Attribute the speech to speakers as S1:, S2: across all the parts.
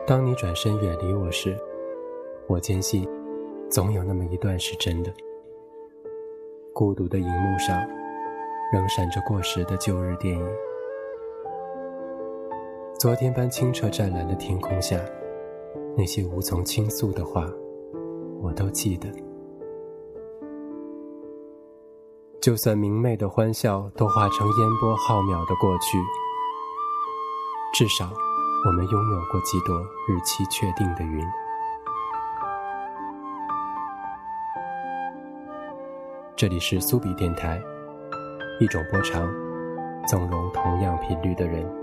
S1: 当你转身远离我时，我坚信总有那么一段是真的。孤独的荧幕上仍闪着过时的旧日电影，昨天般清澈湛蓝的天空下，那些无从倾诉的话我都记得。就算明媚的欢笑都化成烟波浩渺的过去，至少我们拥有过几朵日期确定的云。这里是苏比电台，一种波长，纵容同样频率的人。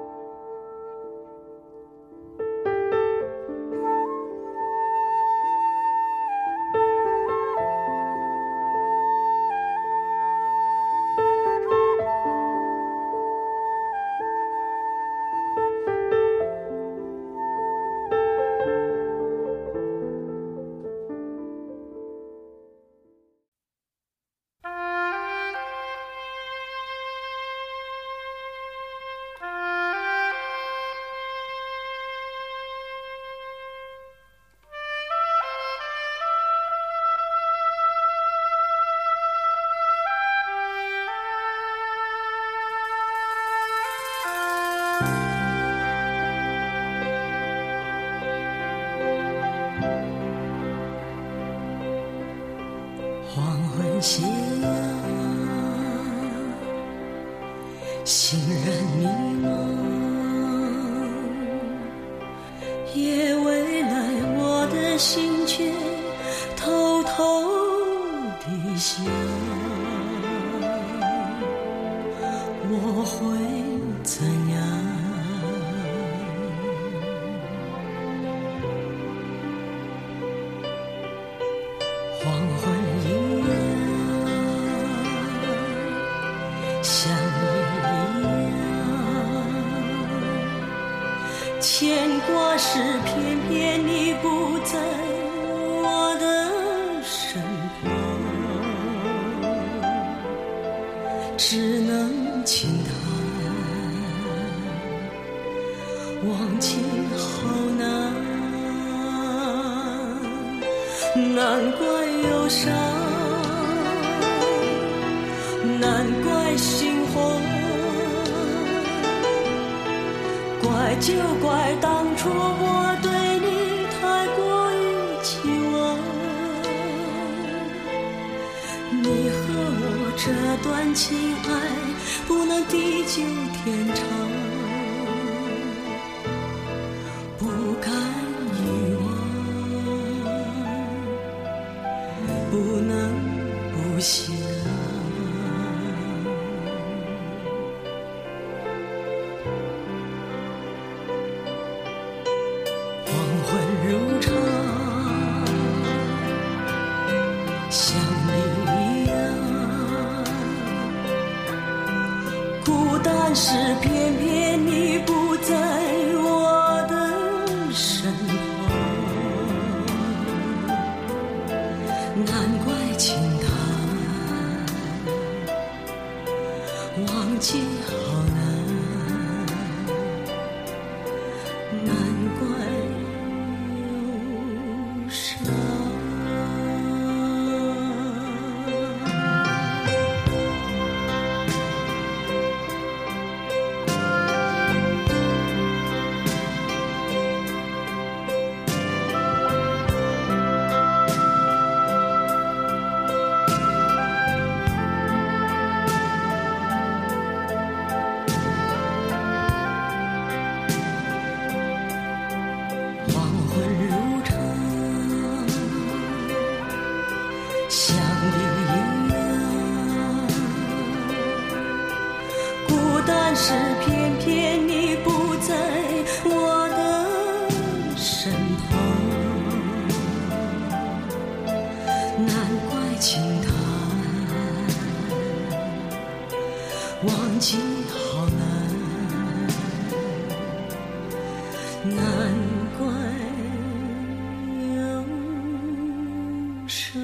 S2: 黄昏夕阳，行人迷茫，夜未来，我的心却偷偷地想，我会怎样？黄昏一样，像你一样，牵挂时偏偏你不在我的身旁，只能轻叹，忘记好难，难怪忧伤，难怪心慌，怪就怪当初我对你太过于期望，你和我这段情爱不能地久天长，不敢遗忘，不能不想。黄昏如常，像你一样，孤单时偏偏你不在我的身旁，难怪轻叹，忘记好难，难怪忧伤。黄昏如常，像你一样，孤单时偏偏你不在我的身旁，难怪轻叹，忘记好难，难怪忧伤。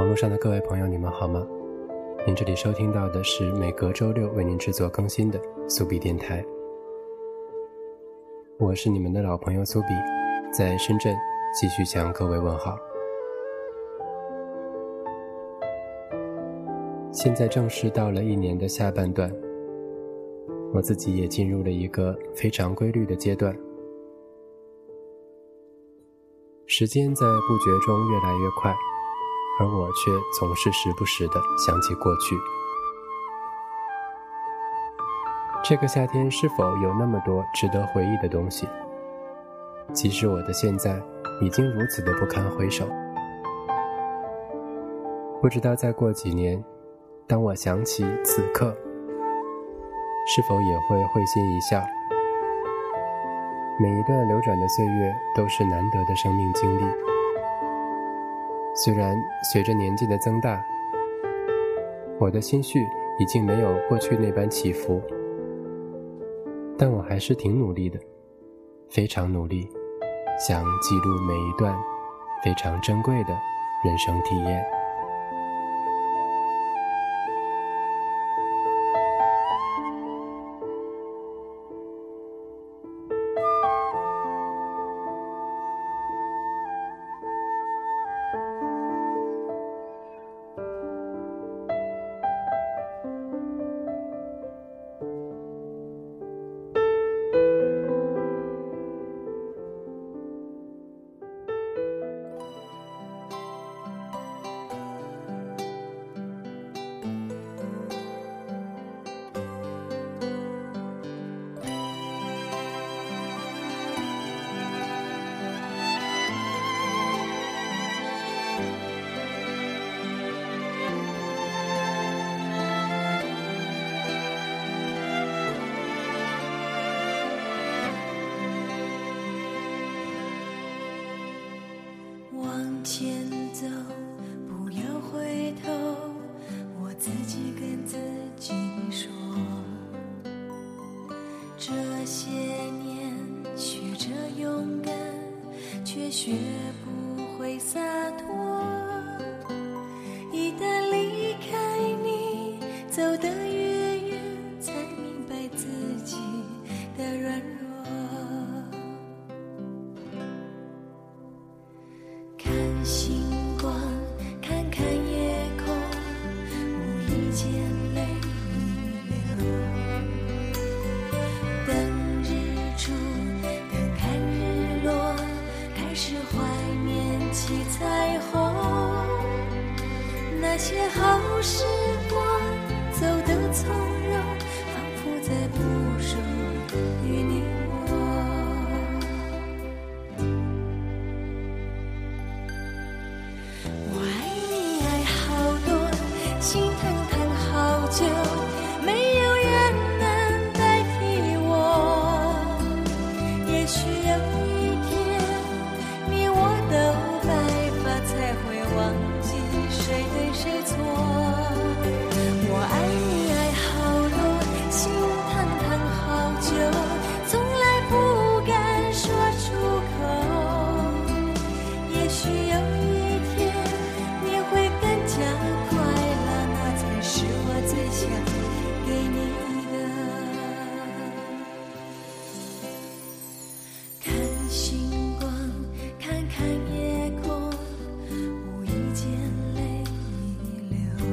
S1: 网络上的各位朋友，你们好吗？您这里收听到的是每隔周六为您制作更新的苏比电台，我是你们的老朋友苏比，在深圳继续向各位问好。现在正式到了1年的下半段，我自己也进入了一个非常规律的阶段，时间在不觉中越来越快，而我却总是时不时地想起过去。这个夏天是否有那么多值得回忆的东西？即使我的现在已经如此的不堪回首，不知道再过几年，当我想起此刻，是否也会会心一笑？每一段流转的岁月都是难得的生命经历，虽然随着年纪的增大，我的心绪已经没有过去那般起伏，但我还是挺努力的，非常努力，想记录每一段非常珍贵的人生体验。
S2: 往前走，不要回头，我自己跟自己说，这些年学着勇敢，却学不会洒脱，一旦离开你，走得越远，才明白自己的软弱。星光，看看夜空，无意间泪已流。等日出，等看日落，开始怀念起彩虹。那些好时光，走得从容，仿佛在不属于你我。心疼疼好久，没有人能代替我。也许有一天，你我都白发，才会忘记谁对谁错。我爱你爱好多，心疼疼好久，从来不敢说出口。也许有一天，你会更加快乐，是我最想给你的。看星光，看看夜空，无意间泪已流。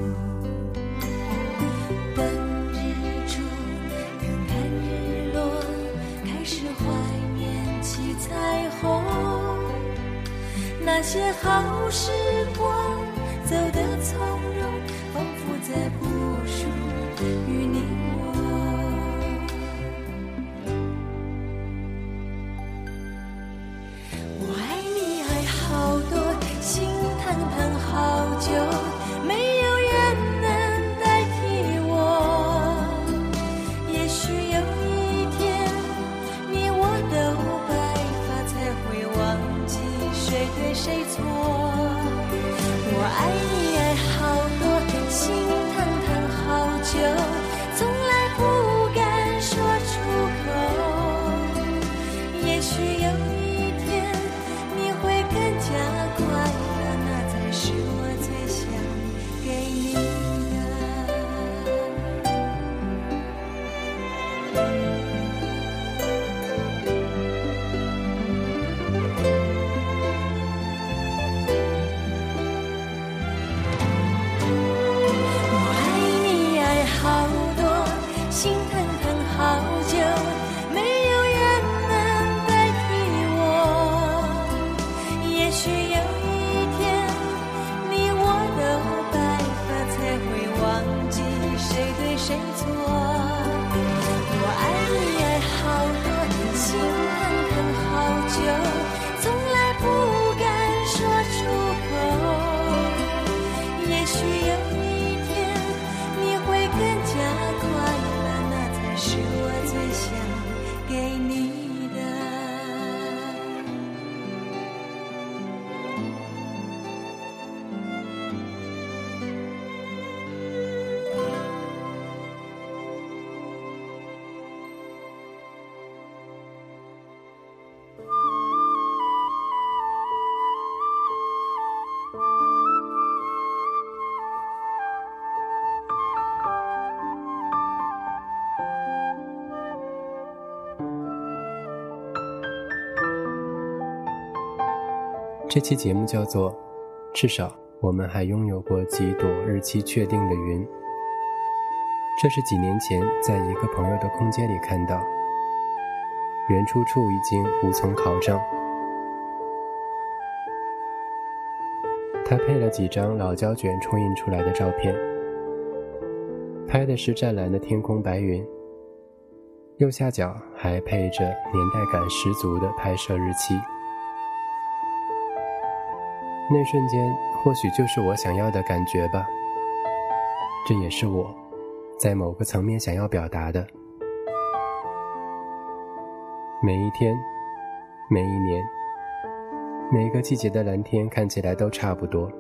S2: 等日出，等看日落，开始怀念起彩虹。那些好时光，走得从容，仿佛在不属于你我。我爱你爱好多，心疼疼好久，没有人能代替我。也许有一天，你我都白发，才会忘记谁对谁错。我爱你爱好多，心疼疼好久，从来不敢说出口。也许有一天，你会更加快乐，那才是我最想久，从来不敢说出口。也许有一天你会更加快乐，那才是我最想给你的。
S1: 这期节目叫做至少我们还拥有过几朵日期确定的云。这是几年前在一个朋友的空间里看到，原出处已经无从考证。他配了几张老胶卷冲印出来的照片，拍的是湛蓝的天空白云，右下角还配着年代感十足的拍摄日期。那瞬间或许就是我想要的感觉吧，这也是我在某个层面想要表达的。每一天，每一年，每个季节的蓝天看起来都差不多，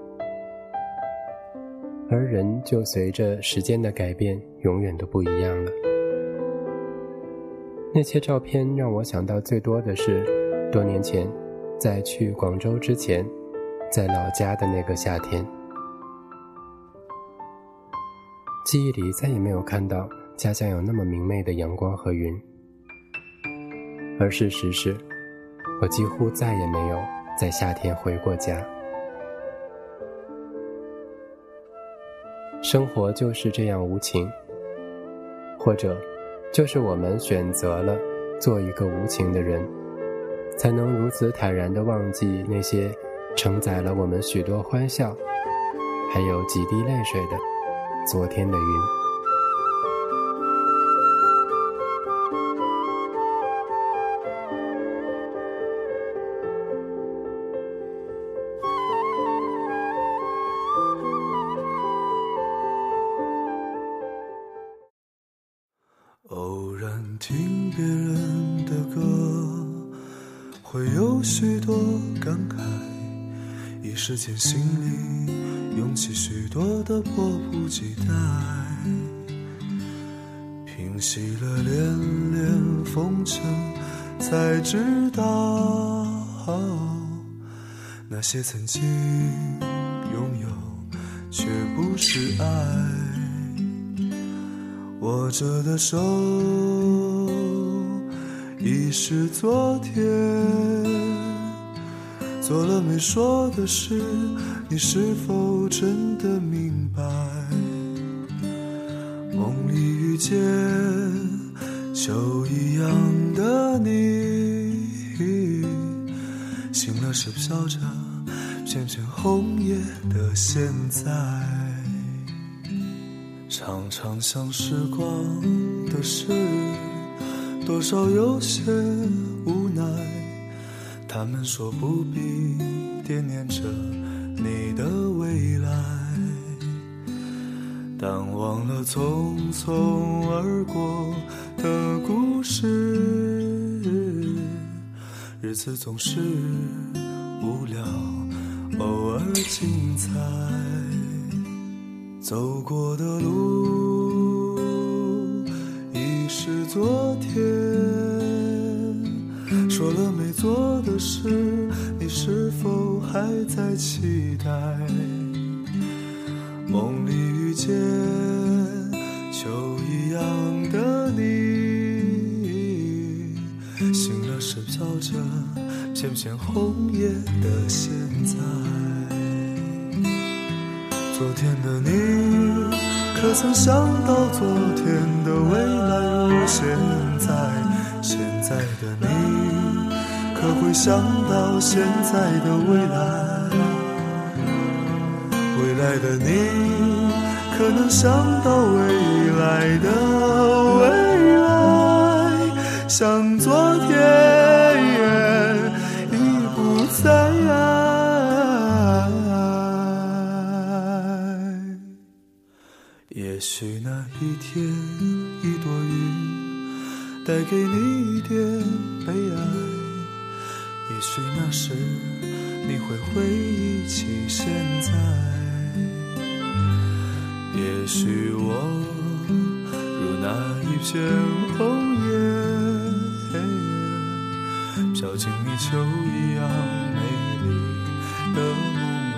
S1: 而人就随着时间的改变永远都不一样了。那些照片让我想到最多的是多年前在去广州之前在老家的那个夏天。记忆里再也没有看到家乡有那么明媚的阳光和云，而事实是我几乎再也没有在夏天回过家。生活就是这样无情，或者就是我们选择了做一个无情的人，才能如此坦然地忘记那些承载了我们许多欢笑还有几滴泪水的昨天的云。
S3: 偶然听别人的歌，会有许多感慨，一时间心里涌起许多的迫不及待，平息了连连风尘，才知道那些曾经拥有却不是爱。握着的手已是昨天，做了没说的事，你是否真的明白？梦里遇见秋一样的你，醒了是飘着片片红叶的现在，常常想时光的事，多少有些无奈，他们说不必惦念着你的未来，但忘了匆匆而过的故事，日子总是无聊，偶尔精彩，走过的路已是昨天，说了没做的事，你是否还在期待？梦里遇见秋一样的你，醒了是飘着片片红叶的现在。昨天的你可曾想到昨天的未来如现在，现在的你可会想到现在的未来，未来的你可能想到未来的未来，像昨天许那一天一朵云带给你一点悲哀，也许那时你会回忆起现在，也许我如那一片红叶，飘进你秋一样美丽的梦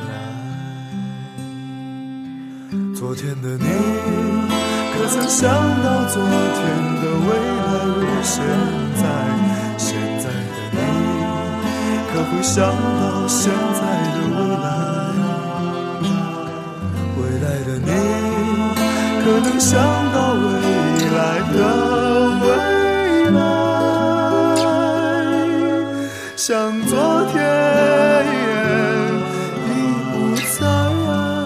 S3: 来。昨天的你可曾想到昨天的未来如现在，现在的你可会想到现在的未来，未来的你可能想到未来的未来，像昨天已不在。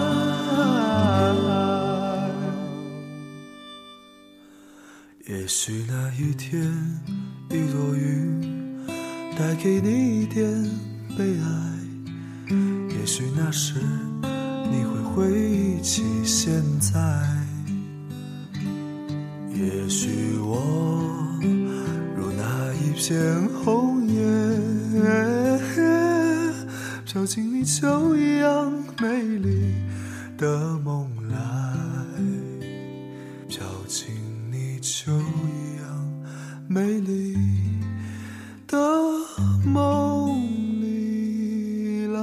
S3: 也许那一天一朵云带给你一点悲哀，也许那时你会回忆起现在，也许我如那一片红叶，飘进你秋一样美丽的梦来，飘进你秋一样美丽的梦里来。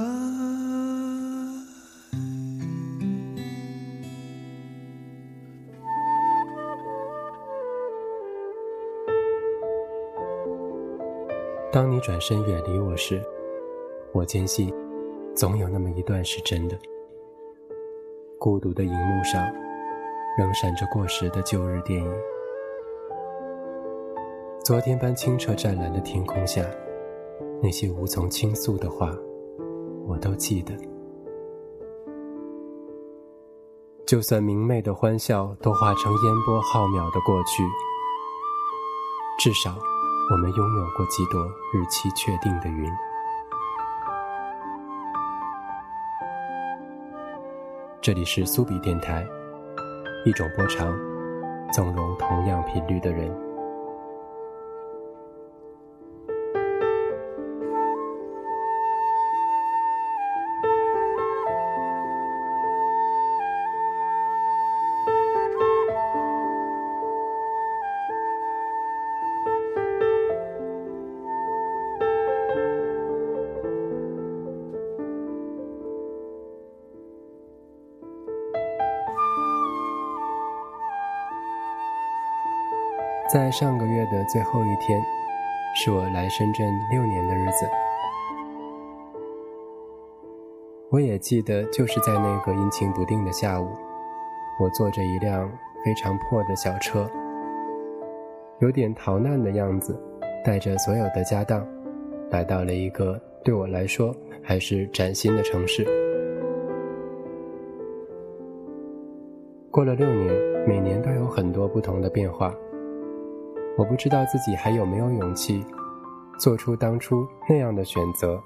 S1: 当你转身远离我时，我坚信总有那么一段是真的。孤独的荧幕上仍闪着过时的旧日电影，昨天般清澈湛蓝的天空下，那些无从倾诉的话我都记得。就算明媚的欢笑都化成烟波浩渺的过去，至少我们拥有过几朵日期确定的云。这里是苏比电台，一种波长，纵容同样频率的人。在上个月的最后一天，是我来深圳6年的日子。我也记得，就是在那个阴晴不定的下午，我坐着一辆非常破的小车，有点逃难的样子，带着所有的家当，来到了一个对我来说还是崭新的城市。过了6年，每年都有很多不同的变化。我不知道自己还有没有勇气做出当初那样的选择，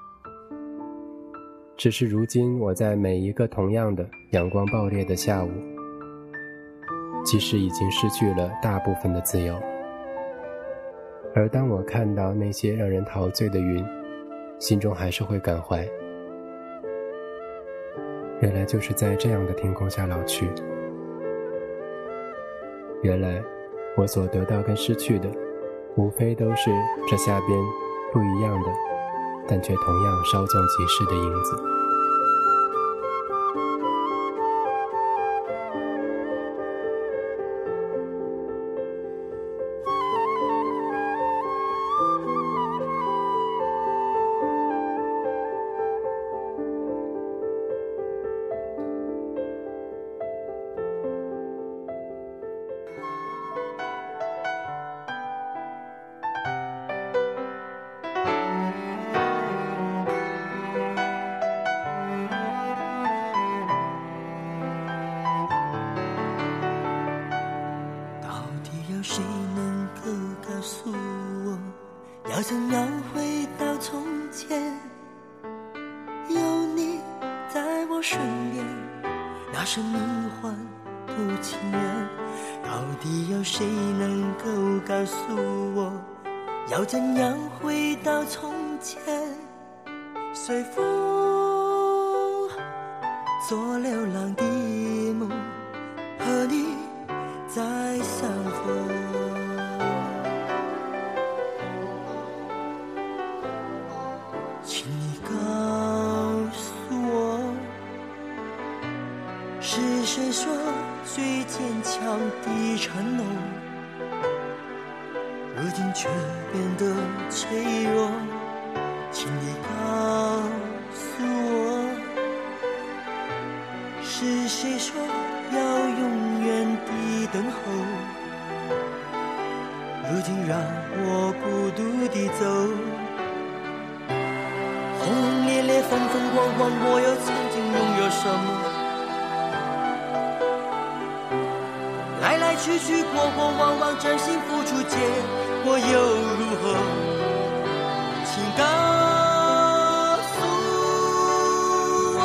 S1: 只是如今我在每一个同样的阳光爆裂的下午，即使已经失去了大部分的自由，而当我看到那些让人陶醉的云，心中还是会感怀，原来就是在这样的天空下老去。原来我所得到跟失去的，无非都是这下边不一样的，但却同样稍纵即逝的影子。
S4: 谁能够告诉我，要怎样回到从前？有你在我身边，那是迷幻的不情愿，到底有谁能够告诉我，要怎样回到从前？随风做流浪的梦，和你再相逢。请你告诉我，是谁说最坚强的承诺，如今却变得脆弱？请你告诉我，是谁说要永远的等候，如今让我孤独地走。轰轰烈烈，风风光光，我又曾经拥有什么？来来去去，过过往往，真心付出，结果又如何？请告诉我，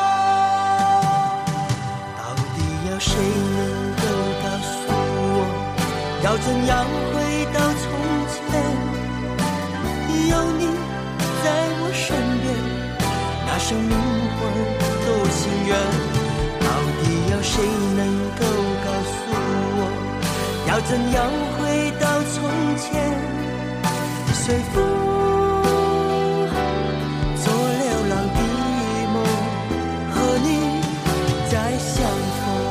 S4: 到底有谁能够告诉我，要怎样回到从前？有你在我身边，那生命魂都情愿。到底有谁能够告诉我，要怎样回到从前？随风做流浪的梦，和你再相逢。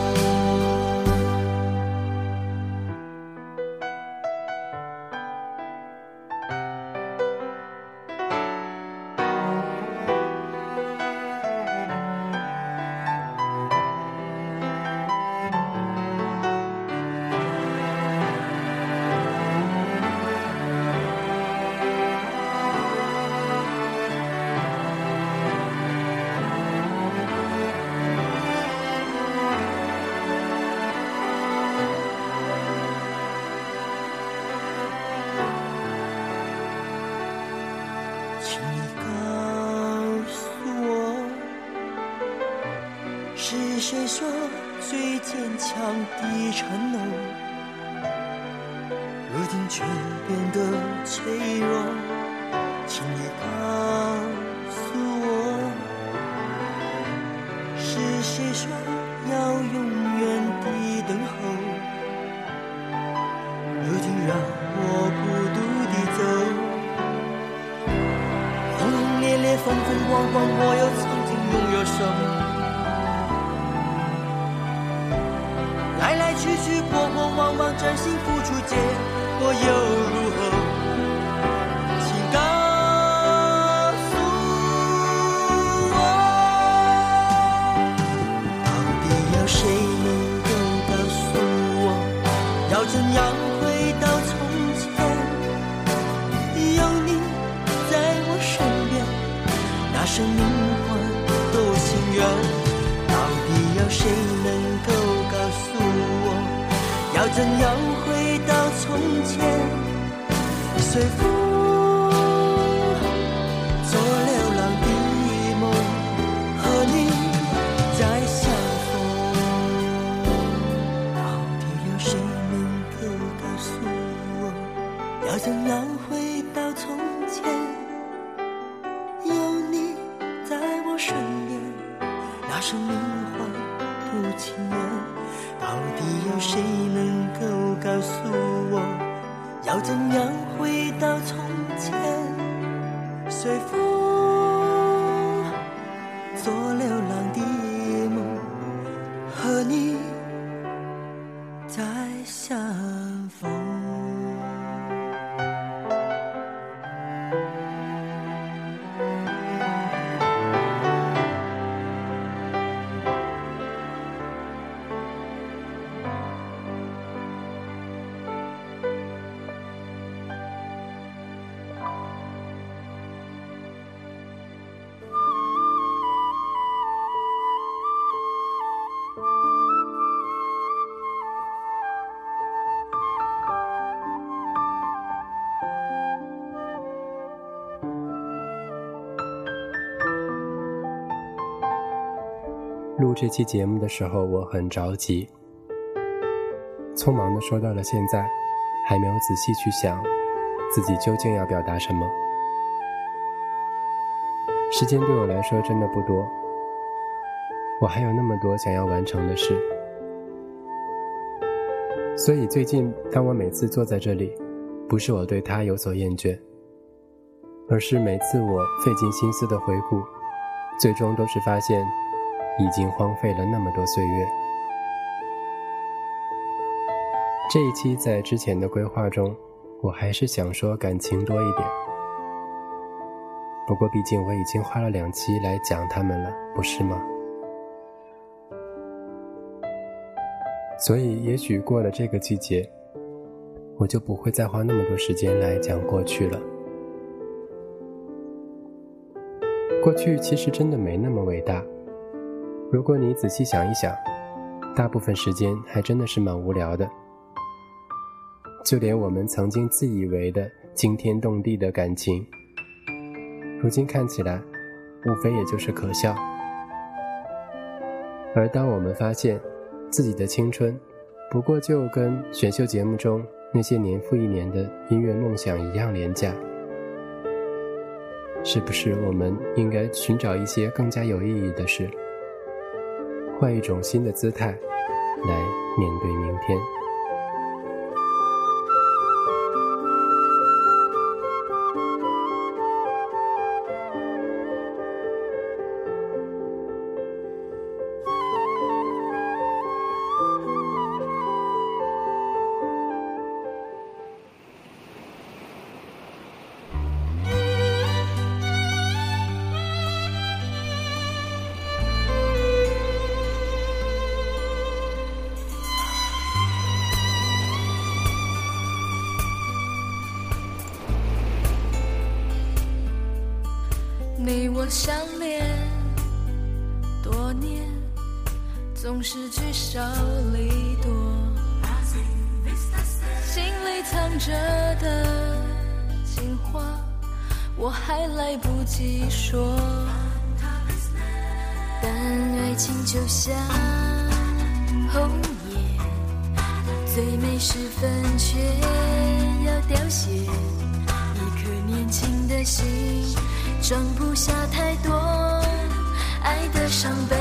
S4: 请你告诉我，是谁说最坚强的承诺，如今却变得脆弱？请你告诉我，是谁说要永远的等候，如今让我孤独地走。轰轰烈烈，风风光光，我又曾经拥有什么？来来去去，过过往往，真心付出，结果又如何？请告诉我，到底有谁能够告诉我，要怎样回到从前？有你在我身边，那生命魂都情愿。到底有谁能够告诉我，要怎样回到从前？随风做流浪的梦，和你再相逢。到底有谁能够告诉我，要怎样回到从前？有你在我身边，那生命魂不情愿。到底有谁能够告诉我，要怎样回到从前？随风做流浪的梦，和你再相逢。
S1: 录这期节目的时候我很着急， 匆忙地说到了现在，还没有仔细去想自己究竟要表达什么。时间对我来说真的不多，我还有那么多想要完成的事。所以最近当我每次坐在这里，不是我对它有所厌倦，而是每次我费尽心思的回顾，最终都是发现已经荒废了那么多岁月。这一期在之前的规划中，我还是想说感情多一点，不过毕竟我已经花了2期来讲它们了，不是吗？所以也许过了这个季节，我就不会再花那么多时间来讲过去了。过去其实真的没那么伟大，如果你仔细想一想，大部分时间还真的是蛮无聊的。就连我们曾经自以为的惊天动地的感情，如今看起来无非也就是可笑。而当我们发现自己的青春不过就跟选秀节目中那些年复一年的音乐梦想一样廉价，是不是我们应该寻找一些更加有意义的事，换一种新的姿态来面对明天？
S2: 你我相恋多年，总是聚少离多，心里藏着的情话我还来不及说，但爱情就像红叶，最美时分却要凋谢，一颗年轻的心装不下太多爱的伤悲，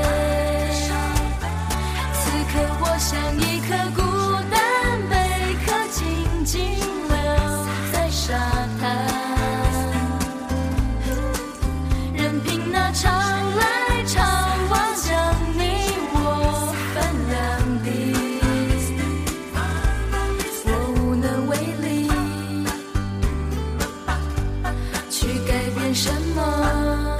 S2: 此刻我像一颗孤单贝壳，静静留在沙滩，任凭那潮来潮往，将你我分两地，我无能为力去改变什么，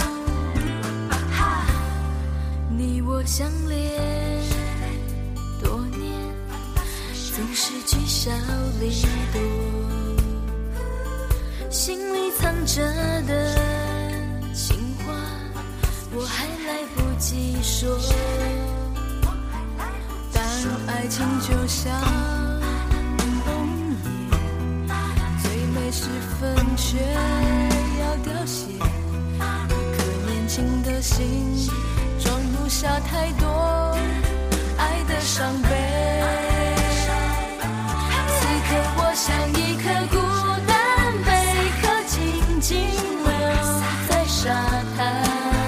S2: 你我相恋多年，总是聚少离多，心里藏着的情话我还来不及说，但爱情就像红叶，最美时分却要凋谢，一颗年轻的心装不下太多爱的伤悲，此刻我像一颗孤单贝壳，静静留在沙滩，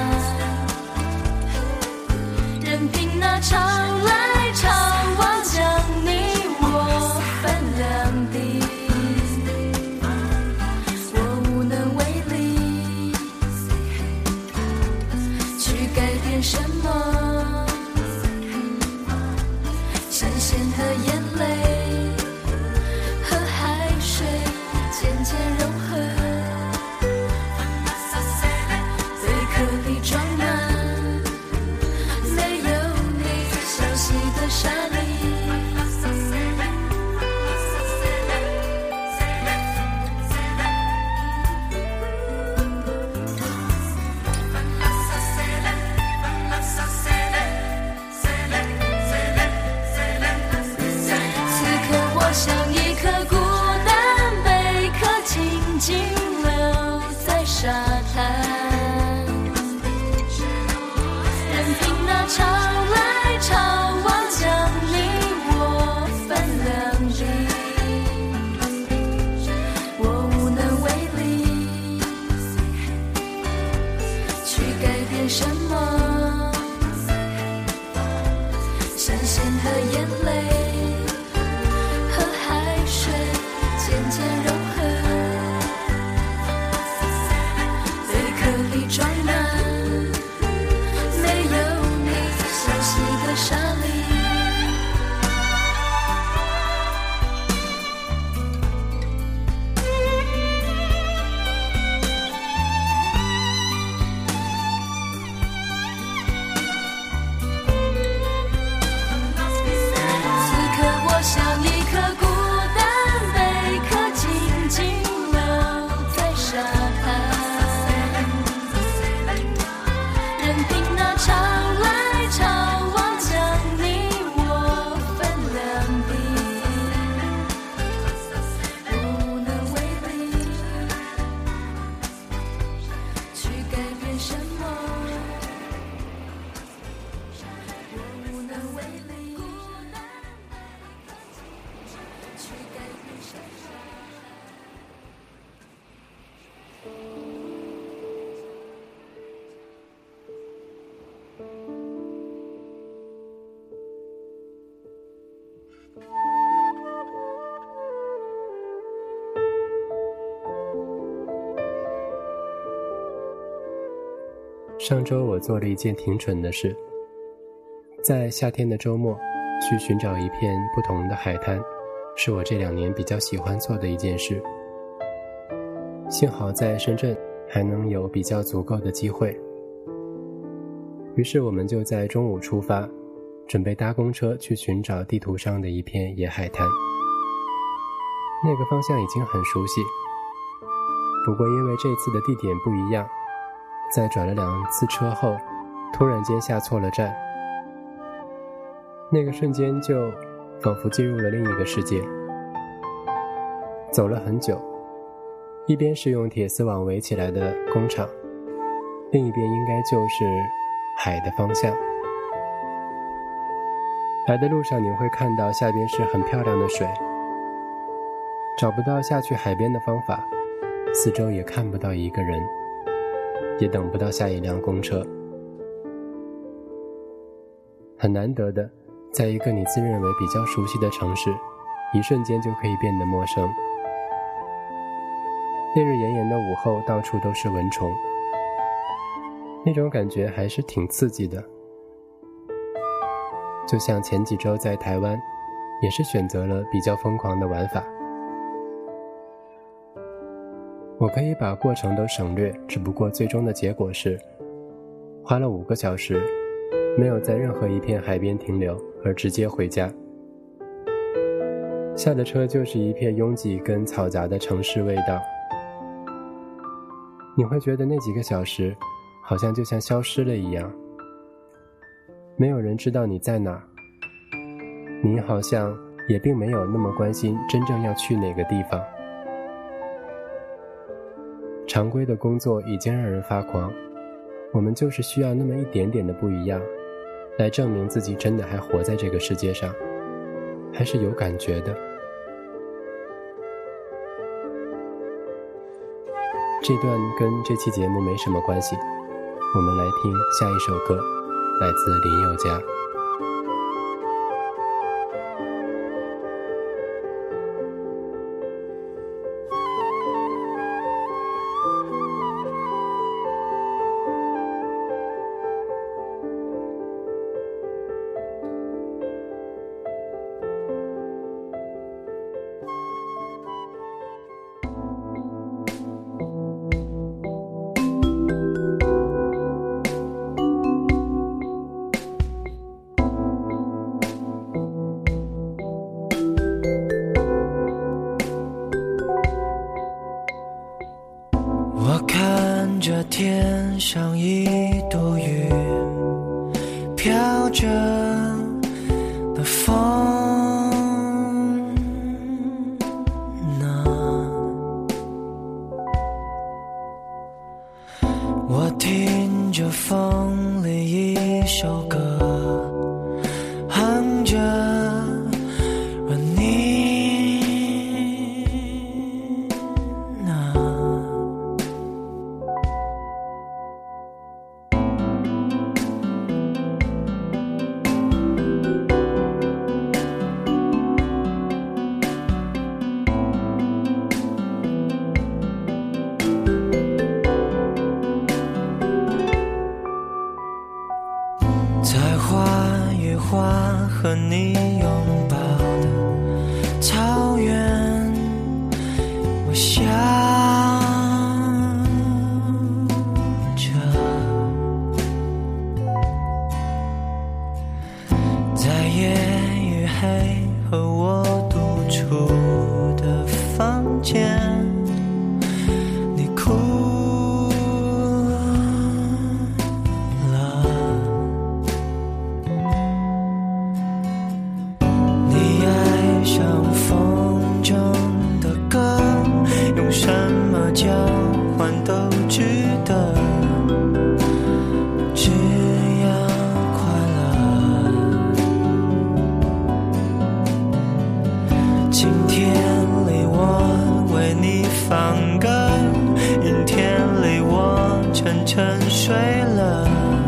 S2: 任凭那潮来潮往，将你我分两地，我无能为力去改变什么， 去改变什么？咸咸的眼泪和海水渐渐融合，贝壳里装满没有你消息的沙粒。
S1: 上周我做了一件挺蠢的事，在夏天的周末去寻找一片不同的海滩，是我这2年比较喜欢做的一件事。幸好在深圳还能有比较足够的机会，于是我们就在中午出发，准备搭公车去寻找地图上的一片野海滩。那个方向已经很熟悉，不过因为这次的地点不一样，在转了2次车后，突然间下错了站。那个瞬间就仿佛进入了另一个世界。走了很久，一边是用铁丝网围起来的工厂，另一边应该就是海的方向。来的路上你会看到下边是很漂亮的水，找不到下去海边的方法，四周也看不到一个人，也等不到下一辆公车。很难得的，在一个你自认为比较熟悉的城市，一瞬间就可以变得陌生。烈日炎炎的午后，到处都是蚊虫，那种感觉还是挺刺激的。就像前几周在台湾，也是选择了比较疯狂的玩法。我可以把过程都省略，只不过最终的结果是花了5个小时，没有在任何一片海边停留，而直接回家。下了车就是一片拥挤跟嘈杂的城市味道，你会觉得那几个小时好像就像消失了一样，没有人知道你在哪，你好像也并没有那么关心真正要去哪个地方。常规的工作已经让人发狂，我们就是需要那么一点点的不一样，来证明自己真的还活在这个世界上，还是有感觉的。这段跟这期节目没什么关系，我们来听下一首歌，来自林宥嘉。
S4: 天上一朵云飘着的风呢，我听着风里一首歌哼着，而你呢？ 和你拥抱的草原，我想着在夜与黑和我独处的房间，你哭了，你爱上风中的歌，用什么交换都值得，只要快乐。晴天里我为你放歌，阴天里我沉沉睡了，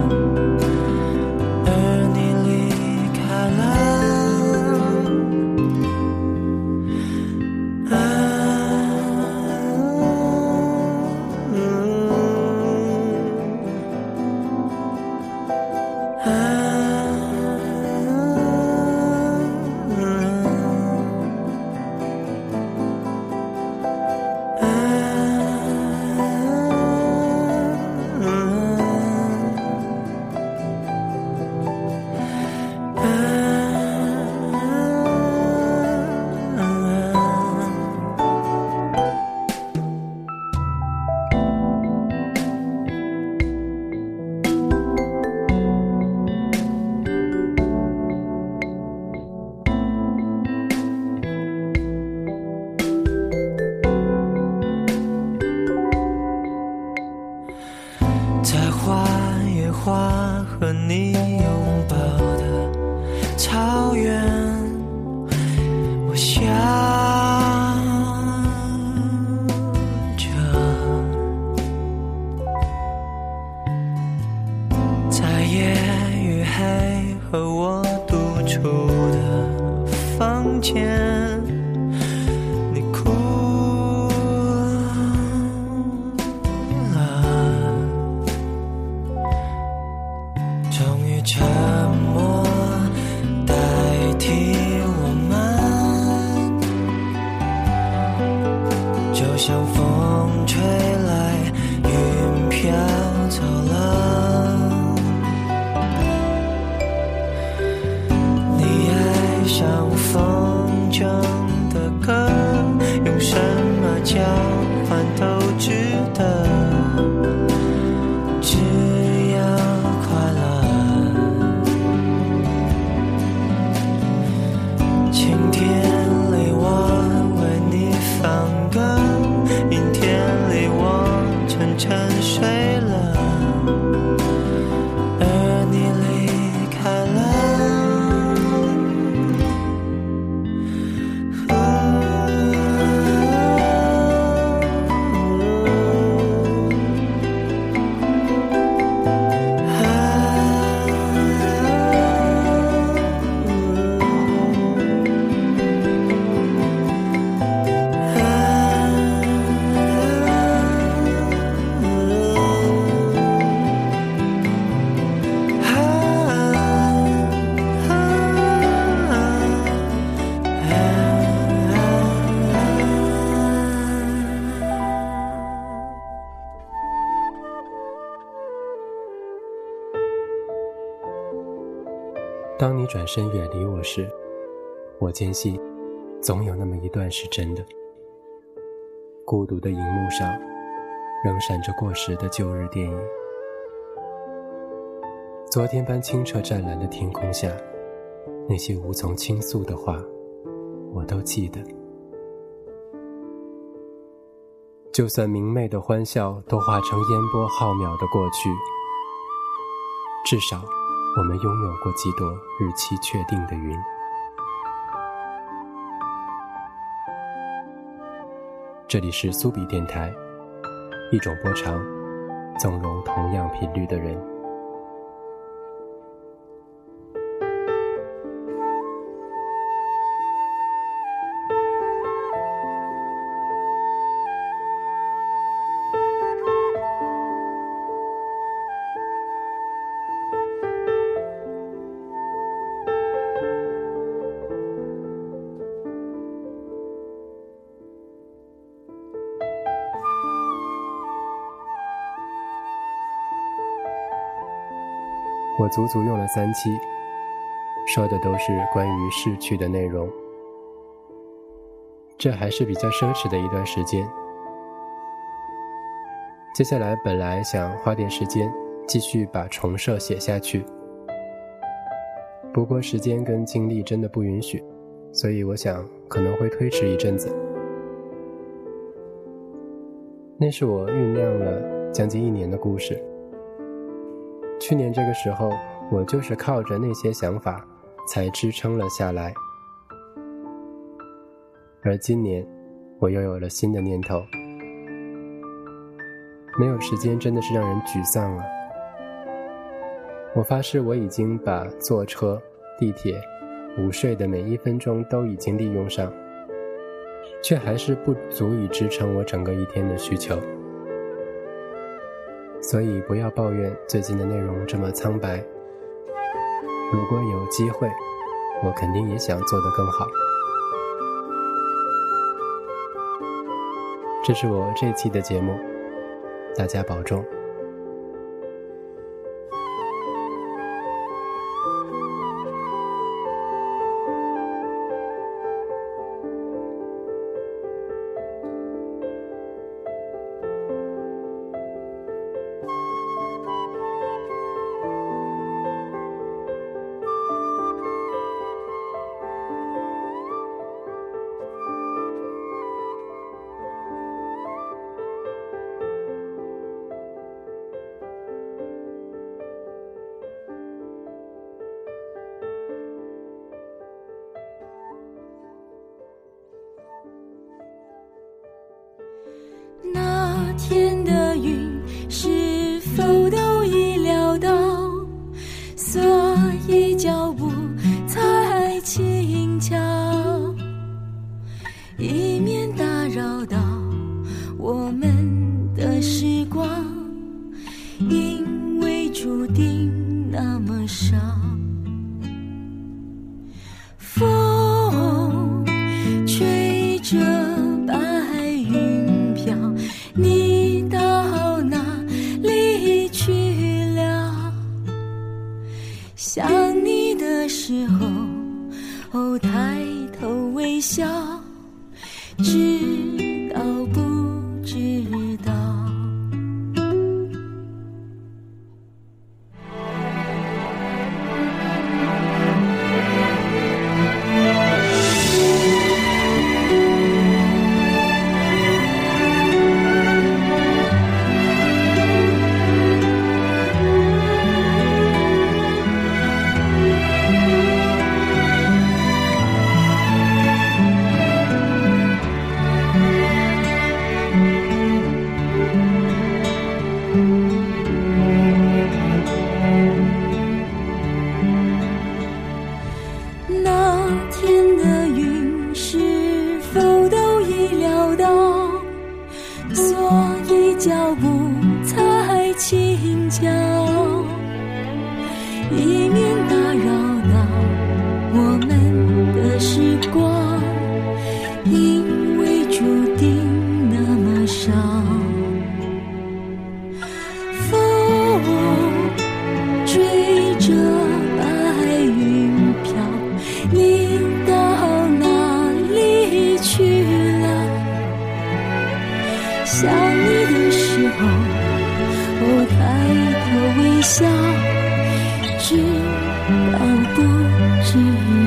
S4: 而你离开了。在花与花和你拥抱的草原，我想着在夜与黑和我独处的房间，你哭终于沉默代替我们，就像风吹来云飘走了，你爱上风中的歌，用什么交换都值得，只要快乐。晴天里我为你放歌，阴天里我沉沉睡了，而你离开了。
S1: 当你转身远离我时，我坚信总有那么一段是真的。孤独的荧幕上仍闪着过时的旧日电影，昨天般清澈湛蓝的天空下，那些无从倾诉的话我都记得。就算明媚的欢笑都化成烟波浩渺的过去，至少我们拥有过几朵日期确定的云。这里是苏比电台，一种波长，纵容同样频率的人。 我足足用了3期，说的都是关于逝去的内容。这还是比较奢侈的一段时间。接下来本来想花点时间继续把重设写下去，不过时间跟精力真的不允许，所以我想可能会推迟一阵子。那是我酝酿了将近1年的故事。去年这个时候，我就是靠着那些想法才支撑了下来。而今年，我又有了新的念头。没有时间真的是让人沮丧啊！我发誓我已经把坐车、地铁、午睡的每1分钟都已经利用上，却还是不足以支撑我整个一天的需求。所以不要抱怨最近的内容这么苍白。如果有机会，我肯定也想做得更好。这是我这期的节目，大家保重。
S2: 那天的云是否都已料到，所以脚步才轻巧，以免打扰到我们的时光，因为注定那么少。风吹着你到哪里去了？想你的时候，抬头微笑，知道不知道？脚步才轻巧，以免打扰到我们的时光，因为注定那么少。风追着白云飘，你到哪里去了？想你的时候，抬头微笑，知道不知